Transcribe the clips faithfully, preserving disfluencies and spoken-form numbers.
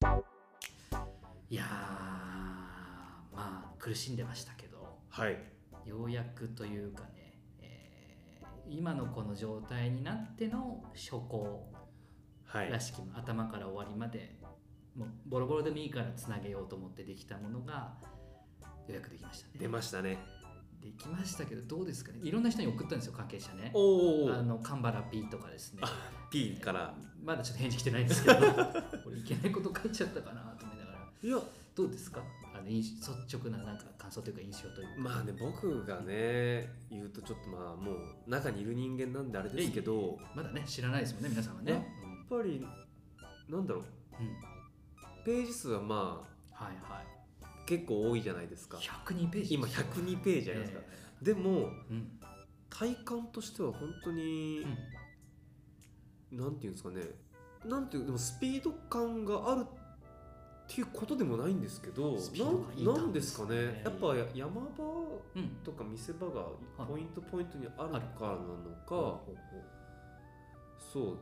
いやーまあ苦しんでましたけど、 はい、 ようやくというかね、えー今のこの状態になっての初稿はいらしきも頭から終わりまでもうボロボロでもいいからつなげようと思ってできたものがようやくできましたね。 出ましたね。 できましたけどどうですかね。いろんな人に送ったんですよ、関係者ね。 おお、 あのカンバラ P とかですね。 P からまだちょっと返事来てないんですけどこれいけないこと書いちゃったかなと思いながら。 いやどうですか、あの印率直ななんか感想というか印象というか。 まあね、僕がね言うとちょっとまあもう中にいる人間なんであれですけど、 まだね知らないですもんね皆さんはね。 やっぱりなんだろう、 うん、うん、 ページ数はまあはいはい。 結構多いじゃないですか。 ひゃくにページ今ひゃくにページありますから、 えでもーうん体感としては本当に、 うん、 なんていうんですかね、なんていうでもスピード感があるっていうことでもないんですけど、 スピードがいいな感んですかね、 ですねやっぱ山場うんとか見せ場がはいポイントポイントにあるからなのか、 ほうほうほうそう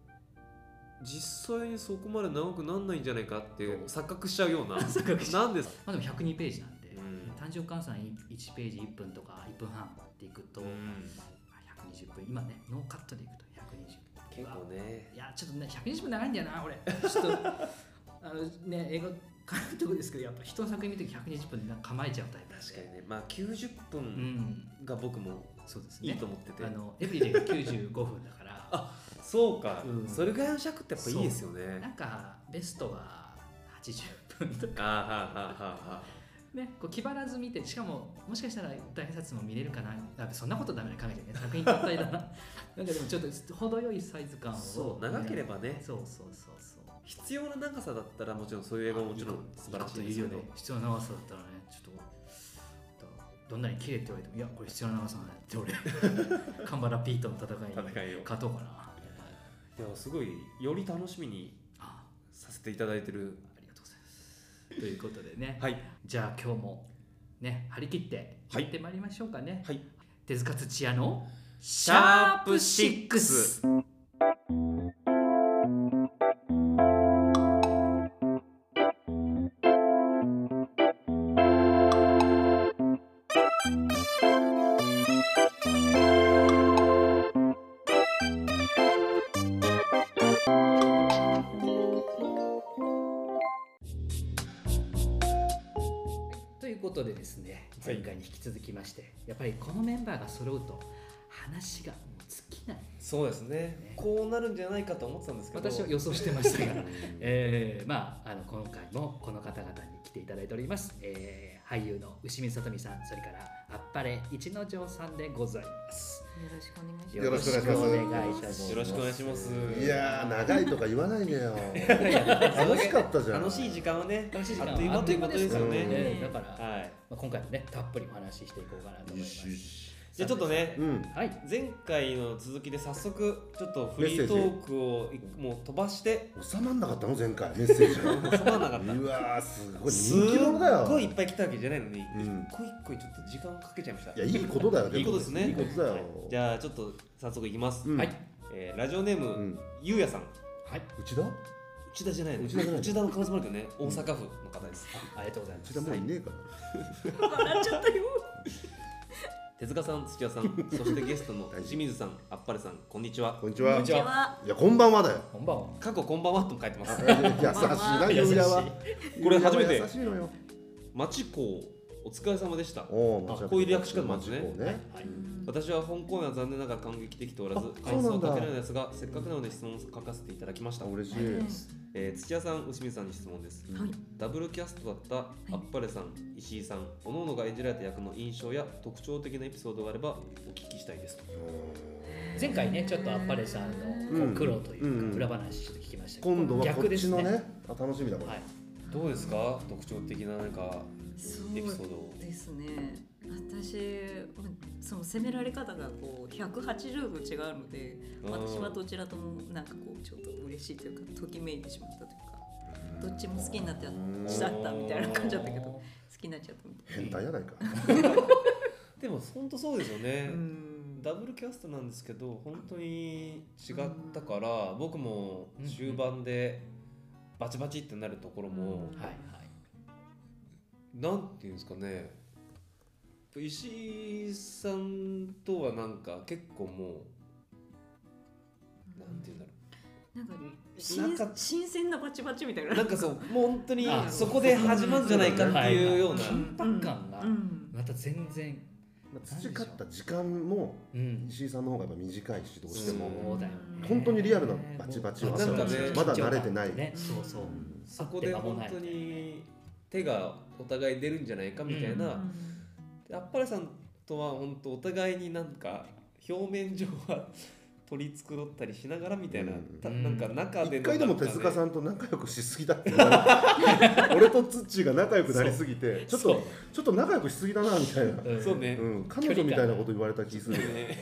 実際にそこまで長くなんないんじゃないかって錯覚しちゃうような錯覚しちゃうなんです、 まあでもひゃくにページなんで、 うん単純換算いちページいっぷんとかいっぷんはんっていくと、 うんひゃくにじゅっぷん今ねノーカットでいくとひゃくにじゅっぷん結構ね、 いやちょっとねひゃくにじゅっぷん長いんだよな俺ちょっとあのね映画監督ですけどやっぱ人の作品見てひゃくにじゅっぷんでなんか構えちゃうタイプなんで。 確かにね、まあきゅうじゅっぷうんんが僕もそうですねいいと思ってて、 あのエブリデイがきゅうじゅうごふんだからあそうか、 うんそれぐらいの尺ってやっぱいいですよね。 なんかベストははちじゅっぷんとかあーはーはーはーはね、こう気張らず見て、しかももしかしたら大編撮も見れるかな。あそんなことダメな考えてね、作品単体だななんかでもちょっと程よいサイズ感を、 そう長ければね、 そうそうそうそう必要な長さだったらもちろんそういう映画ももちろん素晴らしいですよね。 必要な長さだったらね、ちょっとどんなに綺麗って言われても、いやこれ必要な長さなんだって俺カンバラピートの戦いに戦いを勝とうかな。 いやすごいより楽しみにあさせていただいてる。 ありがとうございますということでね、 はいじゃあ今日もね張り切ってはいやってまいりましょうかね、 はい、 手塚土屋のシャープシックス。ということでですね、前回に引き続きまして、やっぱりこのメンバーが揃うと話がもう尽きない。 そうですね、 ねこうなるんじゃないかと思ってたんですけど、 私は予想してましたが、えー、まああの今回もこの方々に来ていただいております、えー、俳優の牛水さとみさん、それからあっぱれ一之丞さんでございます。 よろしくお願いします。 よろしくお願いしますよろしくお願いいたします。 よろしくお願いします。 いやー長いとか言わないでよ楽しかったじゃん。 楽しい時間はね、 楽しい時間あっという間ということですよね。 あっという間ですねだから、 はい、 まあ、今回もねたっぷりお話ししていこうかなと思います。 よしよしじゃあちょっとね、 うんはい前回の続きで早速ちょっとフリートークをもう飛ばして収まんなかったの前回メッセージが収まらなかった。 うわーすごいす人気者だよっごいいっぱい来たわけじゃないのに、 うん一個一個にちょっと時間をかけちゃいました。 いやいいことだよいいことですねいいことだよ、 はいじゃあちょっと早速いきます。 うんはいえーラジオネーム、 うんゆうやさん。 はい、 内田内田じゃないの。 内田じゃない内田の可能性もあるけどね、大阪府の方です。 ありがとうございます。 内田もういねえから笑っちゃったよ。 手塚さん、土屋さん、そしてゲストの清水さん、あっぱれさん、こんにちは。 こんにちはこんにちははいやこんばんはだよこんばんは。 過去こんばんはとも書いてます。 優しいなゆうやはこれ初めて優しいのよ町子、お疲れ様でした。 おーあこういうリアクションなんですねマジこうねはい私は本公演は残念ながら感激できておらず、 あ感想をそうなんだ書けないのですが、せっかくなので質問を書かせていただきました。 嬉しいえー土屋さん、牛水さんに質問です。 はい。 ダブルキャストだったあっぱれさん、石井さん、おのおのが演じられた役の印象や特徴的なエピソードがあればお聞きしたいですと。 前回ねちょっとあっぱれさんのこう苦労といううんうんか裏話ちょっと聞きましたけど、 今度はこっ逆ですね。 ちのねあ楽しみだこれ、 はい。 どうですか、特徴的ななんかそうエピソードを。 ですね。私、まその責められ方がこうひゃくはちじゅうど違うので、 あー私はどちらともなんかこうちょっと嬉しいというかときめいてしまったというか、どっちも好きになってしちゃったみたいな感じだったけど、好きになっちゃったみたい変態やないかでも本当そうですよね。 な。うん。 ダブルキャストなんですけど本当に違ったから、僕も終盤でバチバチってなるところも、 うんはいはいなんていうんですかね、石井さんとはなんか結構もうなんていうんだろなんかなんか新新鮮なバチバチみたいなう、なんかそうもう本当にあそこで始まるんじゃないかっていうような、 緊迫感がうんまた全然、 まあ培った時間もうん、 石井さんの方がやっぱ短いしどうしてもそうだよね本当にリアルなバチバチはなんかねまだ慣れてない、 ね、そうそう、 そこで本当に手がお互い出るんじゃないかみたいな、であっぱれさんとは本当お互いになんか表面上は取り繕ったりしながらみたいな、 うんたなんか中での一回でも手なんかね塚さんと仲良くしすぎだって言われて俺とツッチーが仲良くなりすぎてちょっそうとちょっと仲良くしすぎだなみたいな、 うんそうね、 うん、彼女みたいなこと言われた気するよね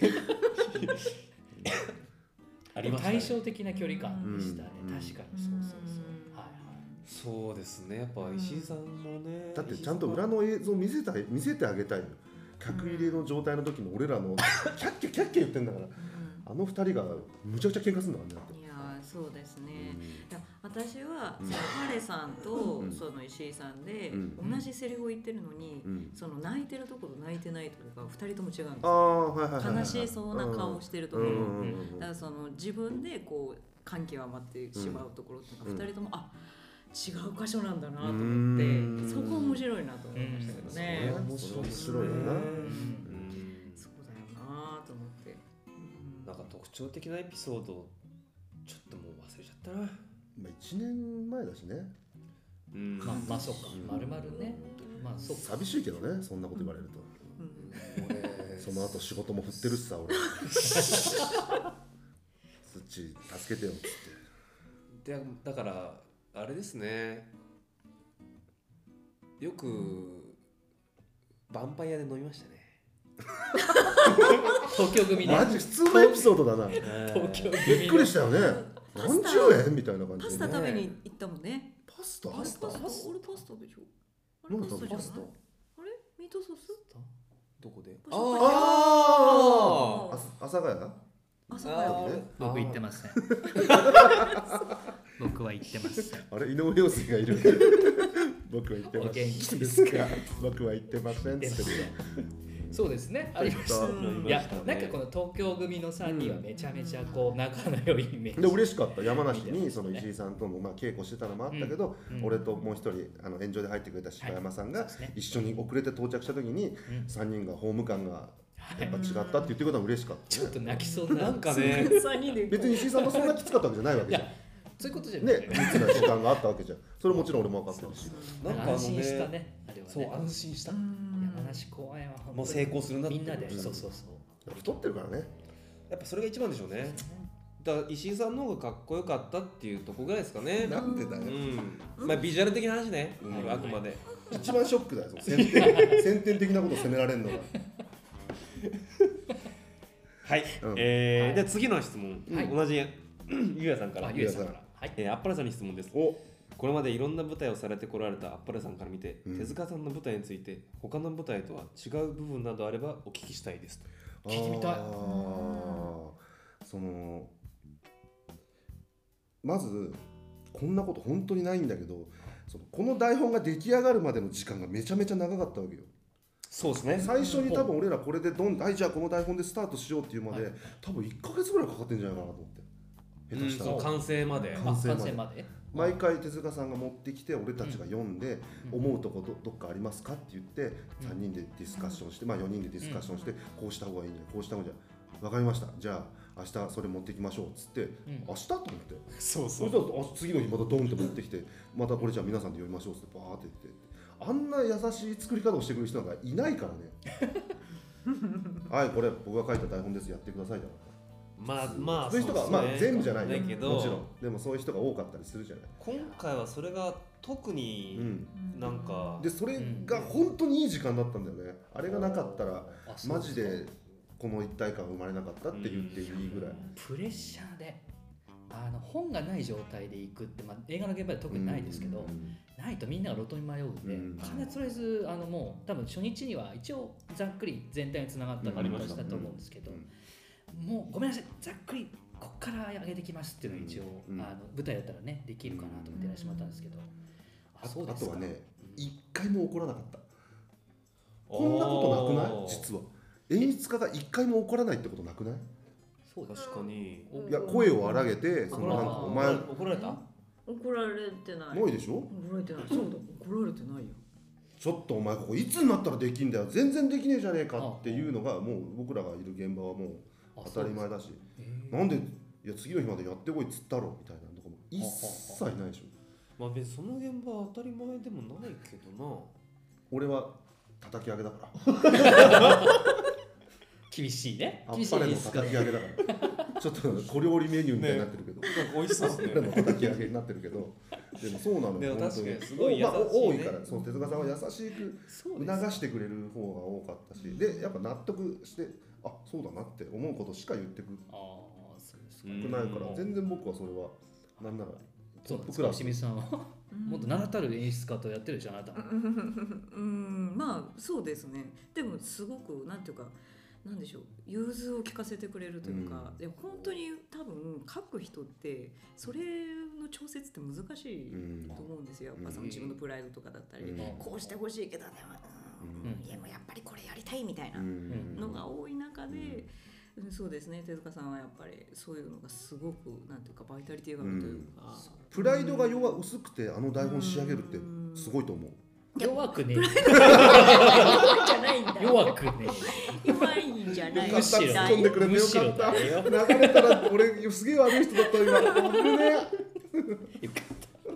ありましたね対照的な距離感でしたね、 うん確かにそうそうそう、はいはいそうですね、やっぱ石井さんもね、 だってちゃんと裏の映像見せたい見せてあげたいよ。客入れの状態の時の俺らのキャッキャキャッキャ言ってんだから、あの二人がむちゃくちゃ喧嘩するんだからねだって。 いやーそうですね、 うんいや私は、 うんそのハレさんと、 うんその石井さんで、 うん同じセリフを言ってるのに、 うんその泣いてるところと泣いてないところがふたりとも違うんですあよ。 あはいはいはいはい。 悲しそうな顔をしてるところ、 うんうんうんだからその自分でこう感極まってしまうところとか、 うんふたりともあ違う箇所なんだなとう思んって、そこ面白いなと思いましたけどね。 うん面白いですね面白いよなうんそうだよなと思って。うんなんか特徴的なエピソードちょっともう忘れちゃったな。 まあ一年前だしね。 うんまあまあそうか、 うんまるまるね、まあそうか、 寂しいけどねそんなこと言われると。 うん俺その後仕事も振ってるしさ俺。スッチー助けてよっつって。 でだからあれですね、よくヴァンパイアで飲みましたね。 東京組ね、 マジ普通のエピソードだな。 東京組びっくりしたよね。 パスタ何十円みたいな感パスじでね。 タ食べに行ったもんね。 パスタ。 パスタ俺パスタでしょ。あれ何食べたパスタじゃない？あれミートソース？ どこで？ パスタああ阿佐ヶ谷？ 朝早くね僕行ってません僕は行ってませんあれ井上陽水がいる。僕は言ってまお元気せん。 ですか僕は言ってませんっつってるよ。 そうですね、ありました。 うんいや、なんかこの東京組のさんにんはめちゃめちゃこう仲の良いイメージ。 で嬉しかった山梨にその石井さんともまあ稽古してたのもあったけど、 うんうん俺ともう一人あの炎上で入ってくれた柴山さんがはいそうですね一緒に遅れて到着した時にうんさんにんがホーム感がやっぱ違ったって言ってくれたの嬉しかった、 ちょっと泣きそうな。 なんかね、 三人で別に石井さんもそんなきつかったわけじゃないわけじゃん。 そういうことじゃないね、密な時間があったわけじゃん。それもちろん俺も分かってるし。 なんかあの安心したね、 ね。あれはね。 そう安心した。 山梨公園は本当にもう成功するなってみんなで、 うんそうそうそう。 太ってるからね。 やっぱそれが一番でしょうね。だから石井さんの方がかっこよかったっていうとこぐらいですかね。 なんでだよ。 うん。まあビジュアル的な話ね。 うんこれあくまで。 一番ショックだよ。その先天先天的なことを責められるのが。 はい。 うんえーはいで次の質問、 はい同じゆうやさんからあ、。ゆうさんから。はい。 えー、あっぱれさんに質問です。 お、 これまでいろんな舞台をされてこられたあっぱれさんから見て、 うん手塚さんの舞台について他の舞台とは違う部分などあればお聞きしたいですと。 聞いてみたいあーそのまずこんなこと本当にないんだけど、そのこの台本が出来上がるまでの時間がめちゃめちゃ長かったわけよ。 そうですね。 最初に多分俺らこれでどんはいじゃあこの台本でスタートしようっていうまで、 はい多分いっかげつぐらいかかってんじゃないかなと思って下手したら、 うんそう完成まで。 あ、 完成まで完成まで。 毎回手塚さんが持ってきて俺たちが読んで、 うん思うとこ ど, どっかありますかって言ってさんにんでディスカッションして、まあよにんでディスカッションして、こうした方がいいんじゃないこうした方がいいんじゃない分かりましたじゃあ明日それ持ってきましょうっつって、 うん明日と思ってそうそしたらあ次の日またドンって持ってきてまたこれじゃあ皆さんで読みましょうっつってバーって言ってあんな優しい作り方をしてくれる人なんかいないからねはいこれ僕が書いた台本ですやってくださいだからまあまあそういう人が、まあ全部じゃないよけどもちろんでもそういう人が多かったりするじゃない、 今回はそれが特うにん、 なんか、 でそれが本当にいい時間だったんだよねあれがなかったらあそうマジでこの一体感生まれなかったって言っていいぐらい、 プレッシャーであの本がない状態で行くって、まあ、映画の現場で特にないですけど、 うんないとみんなが路頭に迷うんで、 うん金とりあえずあのもう多分初日には一応ざっくり全体につながったうん形だと思うんですけど、もうごめんなさいざっくりこっから上げてきますっていうのが一応、 うんあの舞台だったらねできるかなと思ってやらせてもらったんですけど、 あそうですか。 あとはね一回も怒らなかった。こんなことなくない？実は演出家が一回も怒らないってことなくない？ そうです確かに。 いや声を荒げてそのなんかあーお前怒られた？ 怒られてない。 ないでしょ？ 怒られてない。そうだ、怒られてないよ。 ちょっとお前ここいつになったらできんだよ、全然できねえじゃねえかっていうのがもう僕らがいる現場はもう当たり前だし、なんでいや次の日までやってこいっつったろみたいなのとかも一切ないでしょ。 まあ別にその現場は当たり前でもないけどな。 俺は叩き上げだから厳しいね。 あっぱれの厳しいですか叩き上げだからちょっと小料理メニューみたいになってるけど、 なんか美味しそうですねあっぱれの叩き上げになってるけどでもそうなのよ。 でも本当確かにすごい優しいねまあ多いからそう手塚さんは優しくそうです促してくれる方が多かったし、でやっぱ納得してあそうだなって思うことしか言ってくああそうですか。 うんないから全然僕はそれはなんならそうなんですか。清水さんはもっと名だたる演出家とやってるでしょあなたも。 うん、まあそうですね。でもすごくなんていうか、なんでしょう、融通を聞かせてくれるというか、 うんで本当に多分書く人ってそれの調節って難しいと思うんですよ。やっぱその自分のプライドとかだったり、 うんこうしてほしいけどね、うんうんいやもうやっぱりこれやりたいみたいなうんのが多い中で。うん、そうですね。手塚さんはやっぱりそういうのがすごくなんていうかバイタリティがあるというか、 プライドが弱薄くてあの台本仕上げるってすごいと思う。 弱くね弱いんじゃないんだ。 弱くね弱いんじゃないんだ。 よかった突っ込んでくれてよかった。 むしろだよ流れたら俺すげえ悪い人だった今。危ねえ。 よかった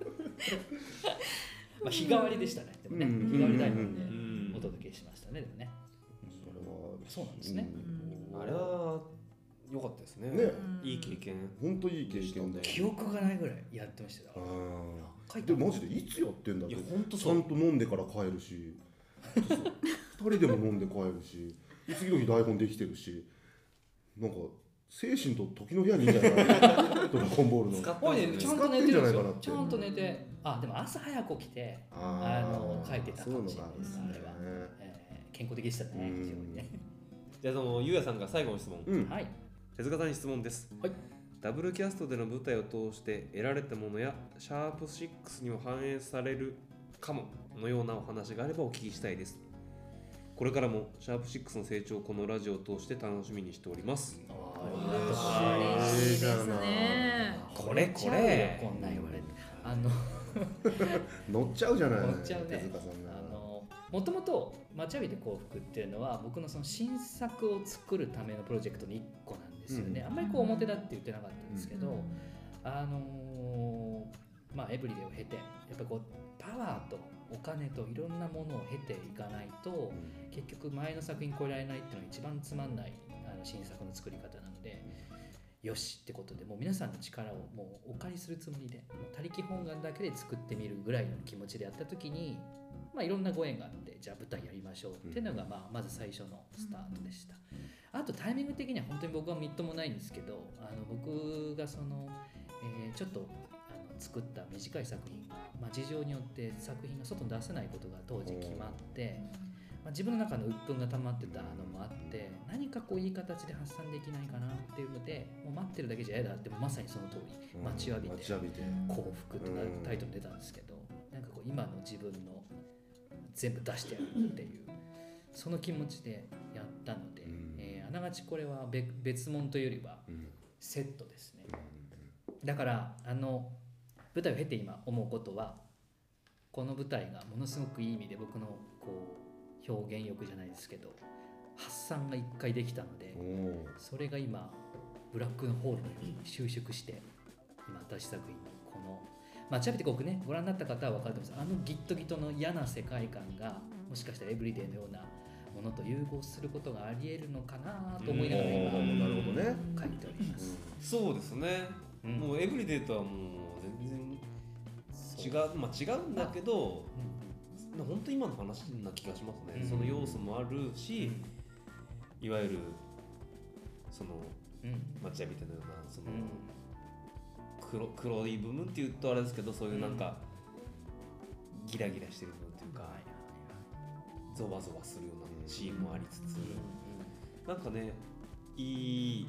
まあ日替わりでしたね。でもね、 うん日替わり台本でうんお届けしましたね。でもね。 それはそうなんですね。 あれは良かったですね。 ねいい経験。 本当いい経験で。 記憶がないぐらいやってましたよ。 あ書いてーでもマジでいつやってんだっていや本当ちゃそう。 んと飲んでから帰るしふたりでも飲んで帰るし次の日台本できてるしなんか精神と時の部屋にいいんじゃないかなドラゴンボールの使っおいね、ちゃんと寝てるんです使ってんじゃないかなよっ。てちゃんと寝て、あ、でも朝早く起きて、 あーあの書いてたかもしれないです。 そういうのあれはがあるんですね、 えー健康的でしたね。 うん非常にね。 じゃあそのゆうやさんが最後の質問。 うんはい。 手塚さんに質問です。 はい。 ダブルキャストでの舞台を通して得られたものやシャープシックスにも反映されるかものようなお話があればお聞きしたいです。これからもシャープシックスの成長をこのラジオを通して楽しみにしております。 嬉しいですね。 これこれこんな言われて、あの乗っちゃうじゃない乗っちゃうね手塚さんがあのもともと待ちわびて幸福っていうのは僕のその新作を作るためのプロジェクトの一個なんですよね。 うんあんまりこう表だって言ってなかったんですけど、あのーまあエブリデイを経てやっぱこうパワーとお金といろんなものを経ていかないと、結局前の作品超えられないっていうのが一番つまんないあの新作の作り方なので、よしってことでもう皆さんの力をもうお借りするつもりでもう他力本願だけで作ってみるぐらいの気持ちでやった時に、まあ、いろんなご縁があってじゃあ舞台やりましょうっていうのが、まあ、まず最初のスタートでした。あとタイミング的には本当に僕はみっともないんですけど、あの僕がその、えーちょっとあの作った短い作品が、まあ、事情によって作品が外に出せないことが当時決まって、まあ、自分の中の鬱憤が溜まってたのもあって何かこういい形で発散できないかなっていうのでもう待ってるだけじゃ嫌だってまさにその通り待ちわびて待ちわびて幸福ってタイトル出たんですけど、なんかこう今の自分の全部出してやるっていうその気持ちでやったので、 うんえーあながちこれは別別物というよりはうんセットですね。だからあの舞台を経て今思うことはこの舞台がものすごくいい意味で僕のこう表現欲じゃないですけど発散が一回できたので、 おーそれが今ブラックホールのように収縮して今私作品にこのまあちなみに僕ねご覧になった方は分かると思うんです。あのギットギトの嫌な世界観がもしかしたらエブリデイのようなものと融合することがあり得るのかなと思いながら今おーなるほどね書いております。 そうですね。 うんもうエブリデイとはもう全然違う、まあ違うんだけど、 うん本当今の話な気がしますね。 うんその要素もあるし、いわゆるそのうん待ちわびてのようなそのうん黒黒い部分っていうとあれですけど、そういうなんかギラギラしてる部分っていうか、ゾワゾワするようなシーンもありつつ、なんかねいい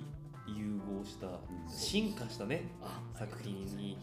融合した進化したね作品に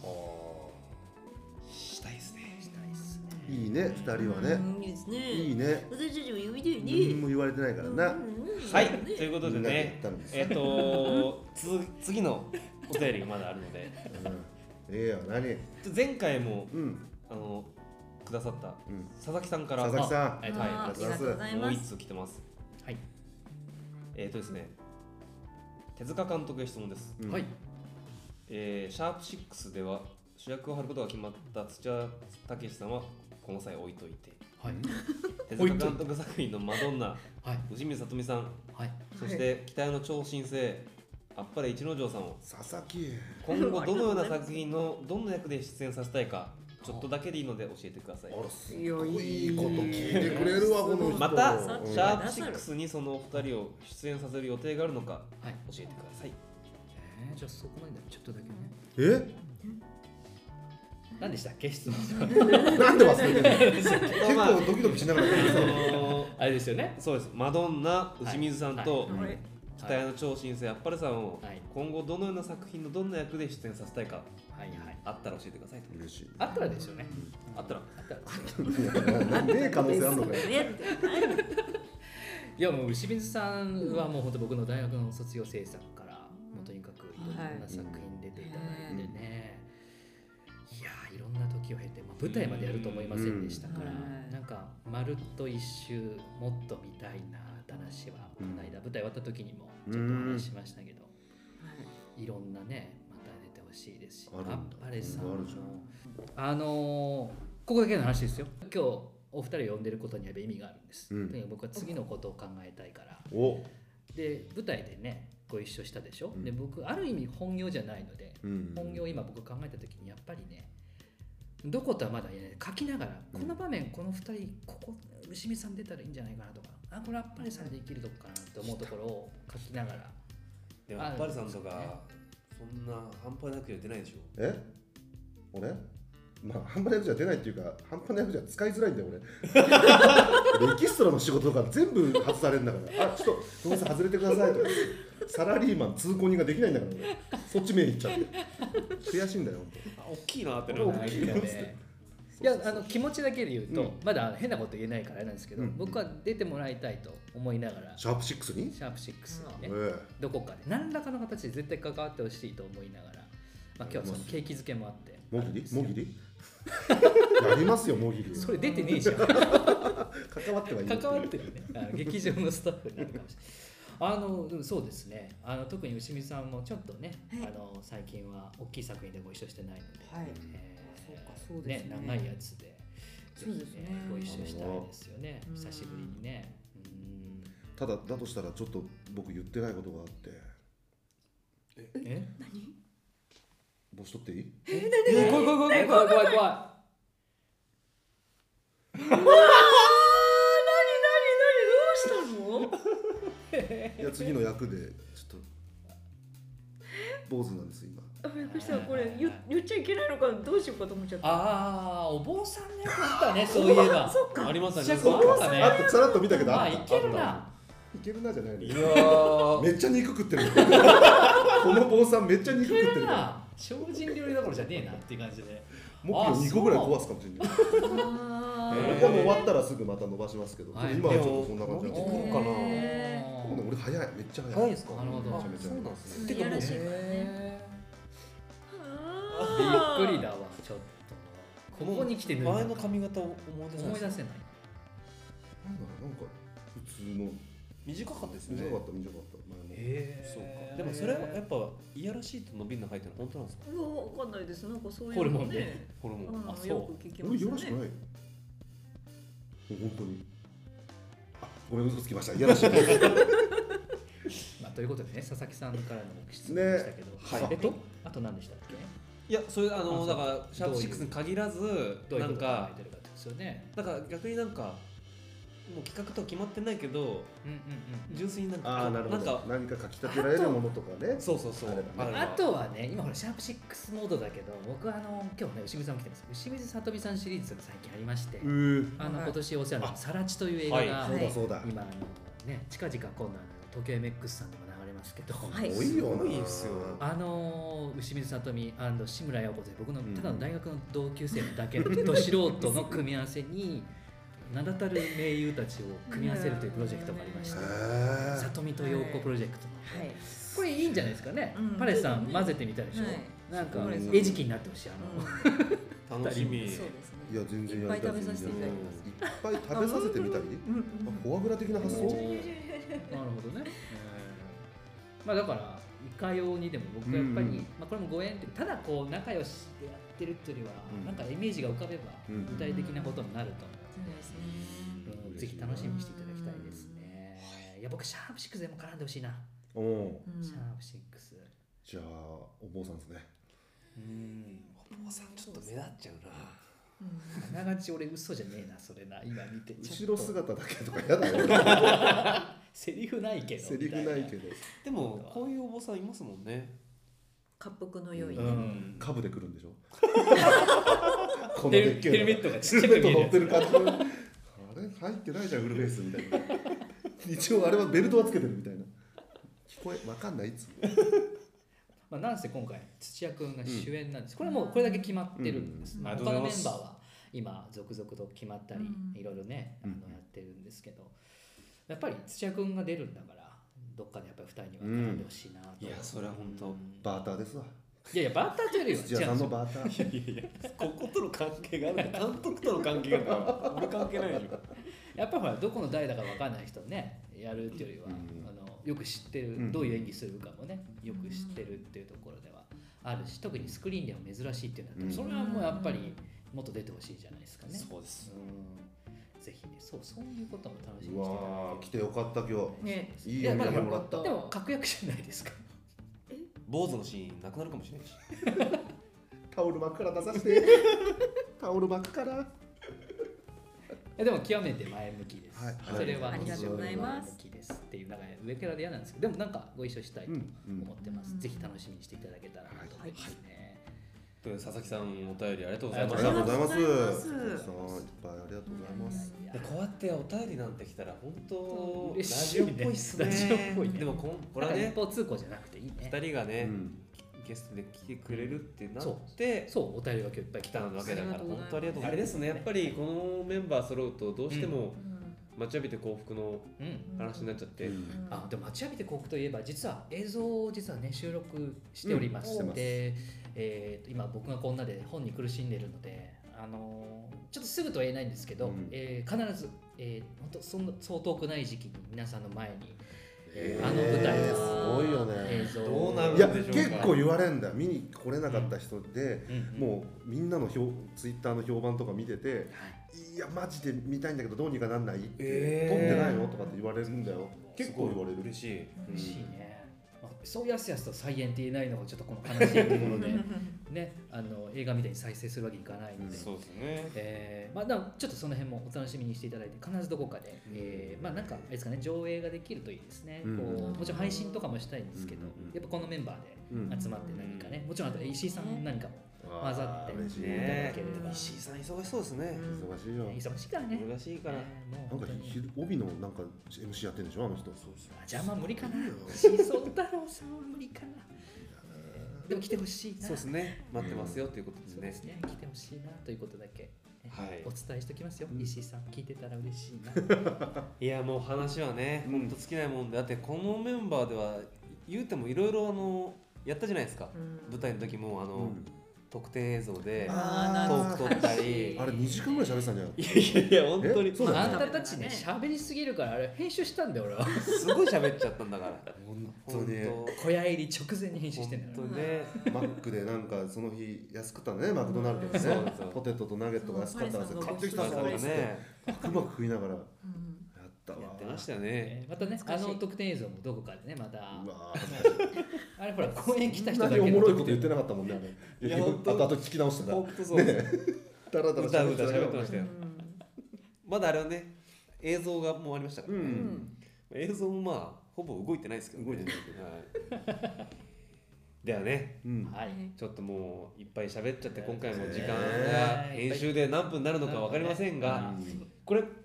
したいですね。 したいですね。 いいねふたりはね。 いいですね。 いいね。 私たちも読みたい何ね。 も言われてないからな。 はい、ということでみんなでやねったんですえっとつ次のお便りがまだあるのでうんええよ何。 前回もうんあのくださったうん佐々木さんから佐々木さんありがとうございます。 ありがとうございもう一ます。 通来てます。 はい。 えっとですね手塚監督へ質問です。 うんはい。 えーシャープシックスでは主役を張ることが決まった土屋武史さんはこの際置いといて、 はい。 手塚監督作品のマドンナ、 はい。 藤水聡美さん、 はい。 そして期待の超新星あっぱれ一之丞さんを佐々木。 今後どのような作品のどんな役で出演させたいかちょっとだけでいいので教えてください。 あらすごいいいこと聞いてくれるわこの人。 またうんシャープシックスにそのお二人を出演させる予定があるのかはい。 教えてください。 えー、じゃあそこまでちょっとだけね。 え？ 何でしたっけ質問。 なんで忘れてるの？結構ドキドキしながらやってるあのーあれですよね。 そうですマドンナ、牛水さんと、 はいはい期待の超新星あっぱれさんをはい今後どのような作品のどんな役で出演させたいかはいはい。 あったら教えてくださいと。 嬉しい。 あったらですよね。 あったらあったらですよね。 なんで可能性あるのかよ。 ねいやもう牛水さんはもう本当僕の大学の卒業制作からもうとにかくいろんな作品出ていただいてね、いやーいろんな時を経て、まあ、舞台までやると思いませんでしたから、 うんなんかまるっと一周もっと見たいなって話はこの間舞台終わった時にもちょっとお話ししましたけど、いろんなねまた出てほしいですし、 あるんだあっぱれさんのあるじゃんあのーここだけの話ですよ。今日お二人を呼んでることには意味があるんです、 うんとにかく僕は次のことを考えたいから。 お。 で舞台でねご一緒したでしょ、 うんで僕ある意味本業じゃないので、 うん本業を今僕考えた時にやっぱりねどことはまだ言えない書きながら、 うんこの場面このふたりここ牛見さん出たらいいんじゃないかなとか、あこれあっぱれさんで生きるとこかなって思うところを書きながら。 でもあっぱれさんとかそんな半端なく出ないでしょ。 え？俺？まあ半端な役じゃ出ないっていうか半端な役じゃ使いづらいんだよ俺。エキストラの仕事とか全部外されるんだから、あちょっとごめんなさい外れてくださいとかサラリーマン通行人ができないんだから俺そっち目いっちゃって悔しいんだよあ大きいなってな大る。 きいなっていやあの気持ちだけで言うと、 うんまだ変なこと言えないからあれなんですけど、 うん僕は出てもらいたいと思いながら、 シャープシックスに？ シャープシックスにね、 えどこかで何らかの形で絶対関わってほしいと思いながら、まあ、今日はその景気づけもあってえもぎりもぎりやりますよもぎりそれ出てねえじゃん関わってはいる関わってるねあの劇場のスタッフになるかもしれないあのうんそうですねあの特に牛見さんもちょっとね、 はいあの最近は大きい作品でご一緒してないので、 はいえーそうかそうですね長いやつでそうですねぜひご一緒したいですよねうん久しぶりにねうんただだとしたらちょっと僕言ってないことがあってえ何帽子取っていい？ え怖い怖い怖い怖い怖い怖い何何何どうしたの？ いや次の役でちょっと坊主なんです今。 あびっくりしたこれ言言っちゃいけないのかどうしようかと思っちゃった。 ああお坊さんの役あったねそういえばそっか。 ありますあります。 そうかねあとさらっと見たけどああったいけるなあったいけるなじゃないのいよやーめっちゃ肉食ってるこの坊さんめっちゃ肉いけ食ってるからるな精進料理どころじゃねえなっていう感じでもっとにこぐらい壊すかもしれないあえーこれも終わったらすぐまた伸ばしますけど、 はい今はちょっとそんな感じでもなんです伸びてくるかなへけど俺早いめっちゃ早い早いですか。 なるほどあめちゃめちゃそうなんですね。 ーてかもういやらしいへあーびっくりだわちょっとここに来て脱いだ前の髪型を思い出せない思い出せないなんだろうなんか普通の短かったですね。 短かった短かった前もへそうか。でもそれはやっぱいやらしいと伸びるの入ってるの本当なんですか。 うわわかんないですなんかそういうホルモのンでホルモン。 あそううんよく聞きます俺よろしくないよ本当にあごめん嘘つきましたいやらしいまあということでね佐々木さんからの質問でしたけど、 はいえっとあと何でしたっけいやそれああそうのだからシャープシックスに限らずどういうことを考なんかえてるかですよねなんか逆になんかもう企画とは決まってないけどうんうんうん純粋になんかああなるほなんかど何か書き立てられるものとかねそうそうそうあればねればあとはね、今ほらシャープシックスモードだけど、僕はあの今日ね、牛水さんも来てます。牛水さとみさんシリーズが最近ありまして、 うーあのはい今年お世話になったサラチという映画が、 はいそうだそうだ今あのね、近々今度あの東京 エムエックス さんでも流れまますけど、 はい多いよな。 すごいですよあのー牛水さとみ志村八子という僕のただの大学の同級生だけのど素人の組み合わせに名だたる名優たちを組み合わせるというプロジェクトがありまして、 へ里見と陽子プロジェクトの、 はいこれいいんじゃないですかね、 うんパレスさん混ぜてみたでしょ、 はいなんかそうです餌食になってほしい、あの、 楽しみそうですねいや全然いっやりたいぱい食べさせていただきますいっぱい食べさせてみたり、あフォアグラ的な発想。 なるほどね、まあだからいかようにでも僕はやっぱり、 うんまあ、これもご縁ってただこう仲良しでやってるっていうよりは、 うんなんかイメージが浮かべばうん具体的なことになると思そうですねう、うんぜひ楽しみにしていただきたいですね、いや僕シャープシックスでも絡んでほしいな、 おお。 うんシャープシックスじゃあお坊さんですね。 うんお坊さんちょっと目立っちゃうな。 うんあながち俺嘘じゃねえなそれな今見て後ろ姿だけとかやだよ。 セリフないけどセリフないけど。 でもこういうお坊さんいますもんね。 滑腹の良いね、 うんカブで来るんでしょ。このヘルでっけえのヘルメットがちっちゃく見えるやつヘルメット乗ってる感じの。あれ入ってないじゃんフルフェイスみたいな。一応あれはベルトはつけてるみたいな。聞こえわかんないいつ。 まあ、なんせ今回土屋君が主演なんです、これはもうこれだけ決まってるんです、 うんまあ、 あり他のがとうございますメンバーは今続々と決まったり、 うんいろいろねあのうんやってるんですけど、やっぱり土屋君が出るんだからどっかでやっぱりふたりには絡んでほしいなと、 いやそれは本当うんバーターですわ。 いやいやバッターというよりは土屋さんの違うんバーター。 いやいやこことの関係があるんだ。監督との関係があるから俺関係ないでしょ。 やっぱりほらどこの誰だか分かんない人ねやるっていうよりは、 うんあのよく知ってる、 うんどういう演技するかもねよく知ってるっていうところではあるし、特にスクリーンでは珍しいっていうんだったら、 うんそれはもうやっぱりもっと出てほしいじゃないですかね。 そうです。 うんぜひね、そうそういうことも楽しみうにしていただわー来てよかった今日。 ねいいお土まだ産もらった。 でも確約じゃないですか。 坊主のシーンなくなるかもしれないし。 タオル真っから出させて。タオル真っから。 えでも極めて前向きです。 はいそれはありがとうございます前向きですっていうなんか上からで嫌なんですけど、でもなんかご一緒したいとうんうん思ってます。 うんぜひ楽しみにしていただけたらなと思いますね。 ということで佐々木さんお便りありがとうございまありがした。 とうございます。 ありがとうございますさんいっぱいありがとうございます。 いやでこうやってお便りなんて来たら本当ラ嬉しいねジオっぽいっすね。 ラジオっぽいねでもこんこれはねなんか一方通行じゃなくていいね。 二人がね、 うんゲストで来てくれるってなそうってそうお便りが今日いっぱい来来たたわけだからありがとうございます本当ありがとうございます。あれですねやっぱりこのメンバー揃うとどうしてもうん待ちわびて幸福のうん。 話になっちゃって、 うんあでも待ちわびて幸福といえば実は映像を実はね収録しております、 うんしてますで、えーと今僕がこんなで本に苦しんでいるので、あのーちょっとすぐとは言えないんですけど、 うんえー必ず、えー、本当そんなそう遠くない時期に皆さんの前に、えーえーあの舞台のすごいよね映像どうなるんいやでしょうか結構言われんだよ見に来れなかった人で、 うんうんもうみんなの評ツイッターの評判とか見ててはいいやマジで見たいんだけどどうにかなんないって、 えー撮ってないのとかって言われるんだよ結構言われる嬉しい。 嬉しいね、まあ、そうやすやすと再演って言えないのがちょっとこの悲しいところでねあの映画みたいに再生するわけにいかないので、 そうですね。 えーまあ、でもちょっとその辺もお楽しみにしていただいて必ずどこかで、えーまあなんかあれですかね上映ができるといいですね、 うんこうもちろん配信とかもしたいんですけど、 うんうんうんやっぱこのメンバーうんで集まって何かね、もちろんあと石井さん何かも混ざってあー嬉しいいただねければ、 石井さん忙しそうですね。 忙しいよ忙しいからね、 忙しいから。 ねもなかうん本当にひ帯のなんか エムシー やってんでしょあの人邪魔無理かないいよ石井壮太郎さんは無理かな、えーでも来てほしいなそうですね。待ってますよということですねそうで。すね来てほしいなということだけ、えはいお伝えしておきますよ、 うん石井さん聞いてたら嬉しいないやもう話はね、 うん本当尽きないもんで、だってこのメンバーでは言うてもいろいろあのやったじゃないですか。 うん舞台の時もあの、 うん特典映像であートーク撮ったり。 あれにじかんぐらい喋ってたんじゃんいやいやいや本当にえそうだよねあんたたちね喋りすぎるからあれ編集したんだよ俺はすごい喋っちゃったんだから。 本当本に小屋入り直前に編集してんだよ本当ね。 マックでなんかその日安くったねマクドナルドでそうねそうポテトとナゲットが安かったらそう買ってきだからたぞっつってね、 バクバク食いながらやうんったわやってましたよね。 えーまたね懐かしいあの特典映像もどこかでねまたうわあれほら公演来た人そんなだけのにおもろいこと言ってなかったもんねあれいや本当あとあと聞き直してた本当そうです。 ダラダラ歌う歌た喋ってましたよ。 うんまだあれはね、映像がもうありましたからね。 うん映像もまあほぼ動いてないですけど、ね、 動いてないはいではね、 うんはいちょっともういっぱい喋っちゃって今回も時間ねが編集で何分になるのか分かりませんが、 うんこれ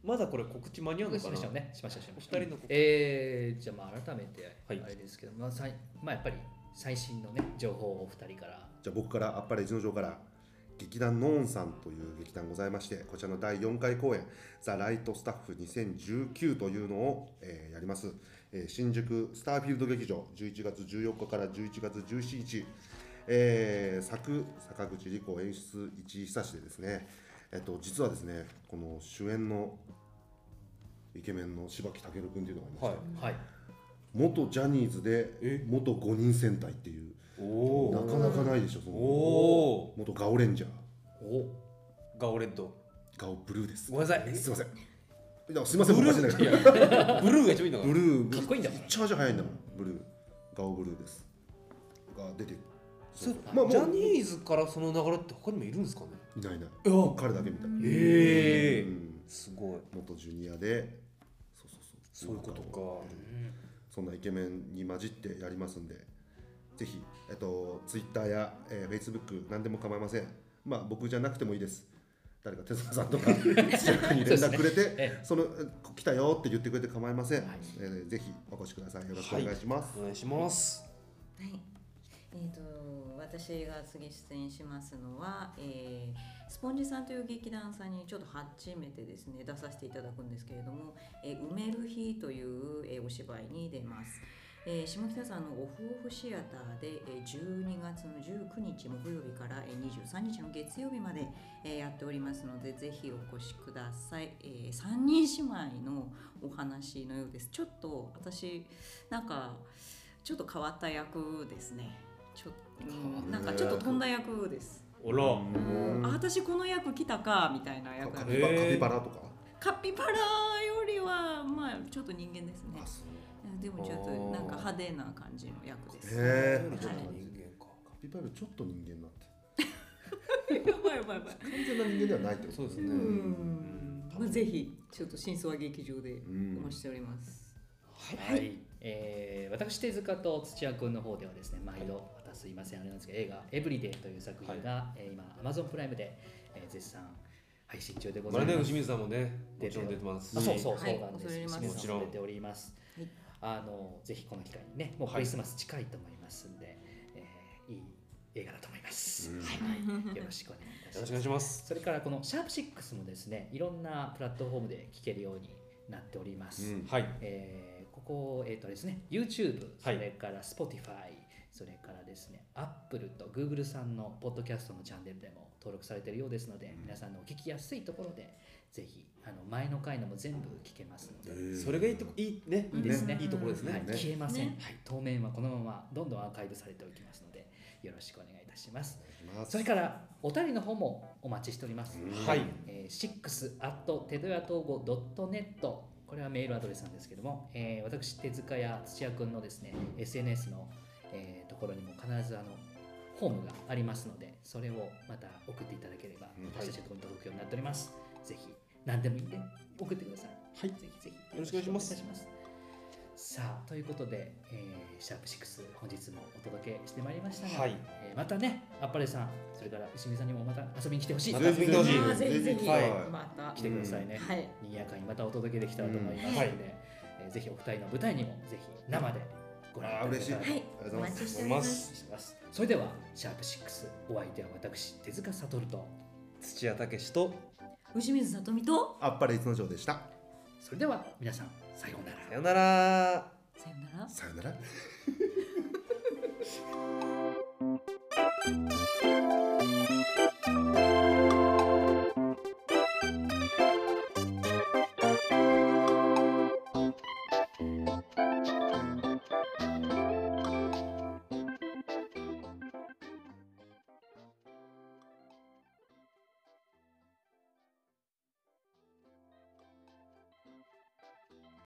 まだこれ告知間に合うのかな。 しましょうね。しましょうしましょう。 お二人の告知えー、じゃあまあ改めてあはいれですけど、まあさいまあやっぱり最新のね情報をお二人から。 じゃあ僕からあっぱれ一の城から劇団ノーンさんという劇団ございまして、こちらのだいよんかい公演ザ・ライトスタッフにせんじゅうきゅうというのを、えーやります、えー新宿スターフィールド劇場じゅういちがつじゅうよっかからじゅういちがつじゅうしちにち、えー作坂口理子演出市井久志でですね、えっと実はですねこの主演のイケメンの柴木健君っていうのがいまして、 はい。 はい。 元ジャニーズでえ元ごにん戦隊っていうおなかなかないでしょ。そのおお。 元ガオレンジャーおガオレッド。 ガオブルーです。 ごめんなさい。 すいません。いやすいません、 ブル僕はしてないー。ブルーが一番いいんだから。 ブルーかっこいいんだもんめっちゃ足早いんだもん。ブルーガオブルーですが出てる。 そうまあもうジャニーズからその流れって他にもいるんですかね。 いないいない。 あ彼だけみたい。 ええうんすごい。 元ジュニアで、そうそうそう。 そういうことか。 そんなイケメンに混じってやりますんで、ぜひ、えっと、ツイッターや、えー、フェイスブック、何でも構いません。まあ、僕じゃなくてもいいです。誰か、手塚さんとか、土屋君に連絡くれて、 えその、来たよって言ってくれて構いません。 はいえーぜひ、お越しください。よろしくお願いします。 お願いします。 はい。えー、と私が次出演しますのは、えースポンジさんという劇団さんにちょっと初めてですね出させていただくんですけれども「えー埋める日」という、えーお芝居に出ます。えー下北沢のオフオフシアターで、えーじゅうにがつのじゅうくにち木曜日から、えーにじゅうさんにちの月曜日まで、えーやっておりますのでぜひお越しください。えー、さんにん姉妹のお話のようです。ちょっと私なんかちょっと変わった役ですね。ちょっと、うんなんかちょっと飛んだ役です。 おら。 うんあ私この役来たかみたいな役なんでカピバカピバラとか。 カピバラよりはまあちょっと人間ですねあ、。そう。 でもちょっとなんか派手な感じの役です。 へーちょっと人間か。 カピバラちょっと人間になって。 やばいやばいやばい。 完全な人間ではないってこと。 そうですね。 うんまあぜひちょっと真相は劇場でうんお待ちしております。 はい、えー私手塚と土屋君の方ではですね毎度またすいませんあれなんですけど映画「エブリデイ」という作品が、えー今 Amazon プライムで、えー絶賛配信中でございます。 まるで牛水さんもね、もちろん出てます。 あそうそうそうはいなんです。 恐れ入ります清水さんも出ております。 はいあのぜひこの機会にねもうクリスマス近いと思いますんで、えーいい映画だと思います。 うんはい、よろしくお願いいたしますよろしくお願い。します。 それからこのシャープシックスもですねいろんなプラットフォームで聴けるようになっております。 うんはい。 えーここ、えーとですね、YouTube、そはいれから Spotify、それからですね、Apple と Google さんのポッドキャストのチャンネルでも登録されているようですので、皆さんのお聞きやすいところで、ぜひあの前の回のも全部聞けますので、 それがいいとこいいね。 いいですねいいところですね。 はい、 ね消えません、 ねはい。当面はこのままどんどんアーカイブされておきますので、よろしくお願いいたします。それからお便りの方もお待ちしております。 うんはい。 えー、シックス アット テドヤトーゴ ドットネット これはメールアドレスなんですけども、えー私手塚や土屋くんのですね エスエヌエス の、えーところにも必ずあのホームがありますのでそれをまた送っていただければうん私たちのところに届くようになっております、ぜひ何でもいいんで送ってください。 はいぜひぜひよろしくお願いしますよろくお願いいたしますさあということで、えーシャープシックス本日もお届けしてまいりましたが、 はいえーまたねあっぱれさんそれから牛見さんにもまた遊びに来てほしいまた遊びに来てほしいあーぜひぜひ、 はいまた来てくださいね、 はい賑やかにまたお届けできたらと思いますので、 うんはいえーぜひお二人の舞台にもぜひ生でご覧いただけたらとはいありがとうございますお待ちしております。 お願いします。それではシャープシックスお相手は私手塚悟と土屋武史と牛水さとみとあっぱれ一の城でした。 それでは皆さんさようなら。 さよなら。 さよなら。 さよなら。